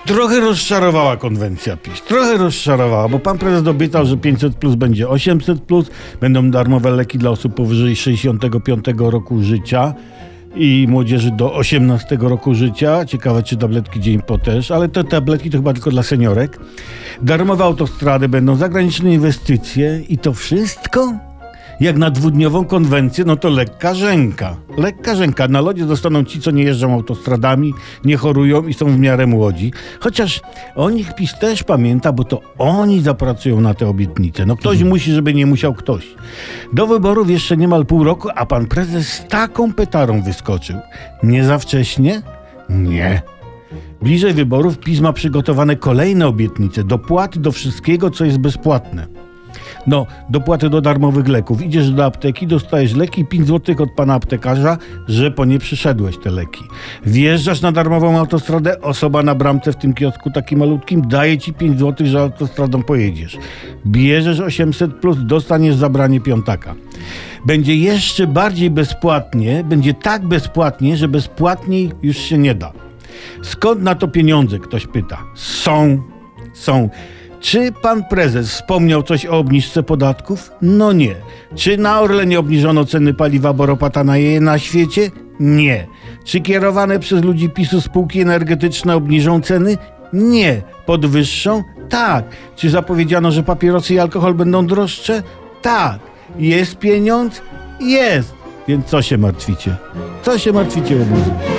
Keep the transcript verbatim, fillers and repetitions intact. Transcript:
Trochę rozczarowała konwencja PiS. Trochę rozczarowała, bo pan prezes obiecał, że pięćset plus będzie osiemset plus, będą darmowe leki dla osób powyżej sześćdziesiątego piątego roku życia i młodzieży do osiemnastego roku życia. Ciekawe, czy tabletki dzień po też, ale te tabletki to chyba tylko dla seniorek. Darmowe autostrady będą, zagraniczne inwestycje i to wszystko? Jak na dwudniową konwencję, no to lekka rzęka. Lekka rzęka. Na lodzie zostaną ci, co nie jeżdżą autostradami, nie chorują i są w miarę młodzi. Chociaż o nich PiS też pamięta, bo to oni zapracują na te obietnice. No ktoś hmm. musi, żeby nie musiał ktoś. Do wyborów jeszcze niemal pół roku, a pan prezes z taką petarą wyskoczył. Nie za wcześnie? Nie. Bliżej wyborów PiS ma przygotowane kolejne obietnice. Dopłaty do wszystkiego, co jest bezpłatne. No, dopłaty do darmowych leków. Idziesz do apteki, dostajesz leki, pięć złotych od pana aptekarza, że po nie przyszedłeś te leki. Wjeżdżasz na darmową autostradę, osoba na bramce w tym kiosku takim malutkim daje ci pięć złotych, że autostradą pojedziesz. Bierzesz osiemset plus, dostaniesz zabranie piątaka. Będzie jeszcze bardziej bezpłatnie, będzie tak bezpłatnie, że bezpłatniej już się nie da. Skąd na to pieniądze, ktoś pyta. Są, są. Czy pan prezes wspomniał coś o obniżce podatków? No nie. Czy na Orle nie obniżono ceny paliwa, bo ropa tanieje na świecie? Nie. Czy kierowane przez ludzi PiSu spółki energetyczne obniżą ceny? Nie. Podwyższą? Tak. Czy zapowiedziano, że papierosy i alkohol będą droższe? Tak. Jest pieniądz? Jest. Więc co się martwicie? Co się martwicie, obozu?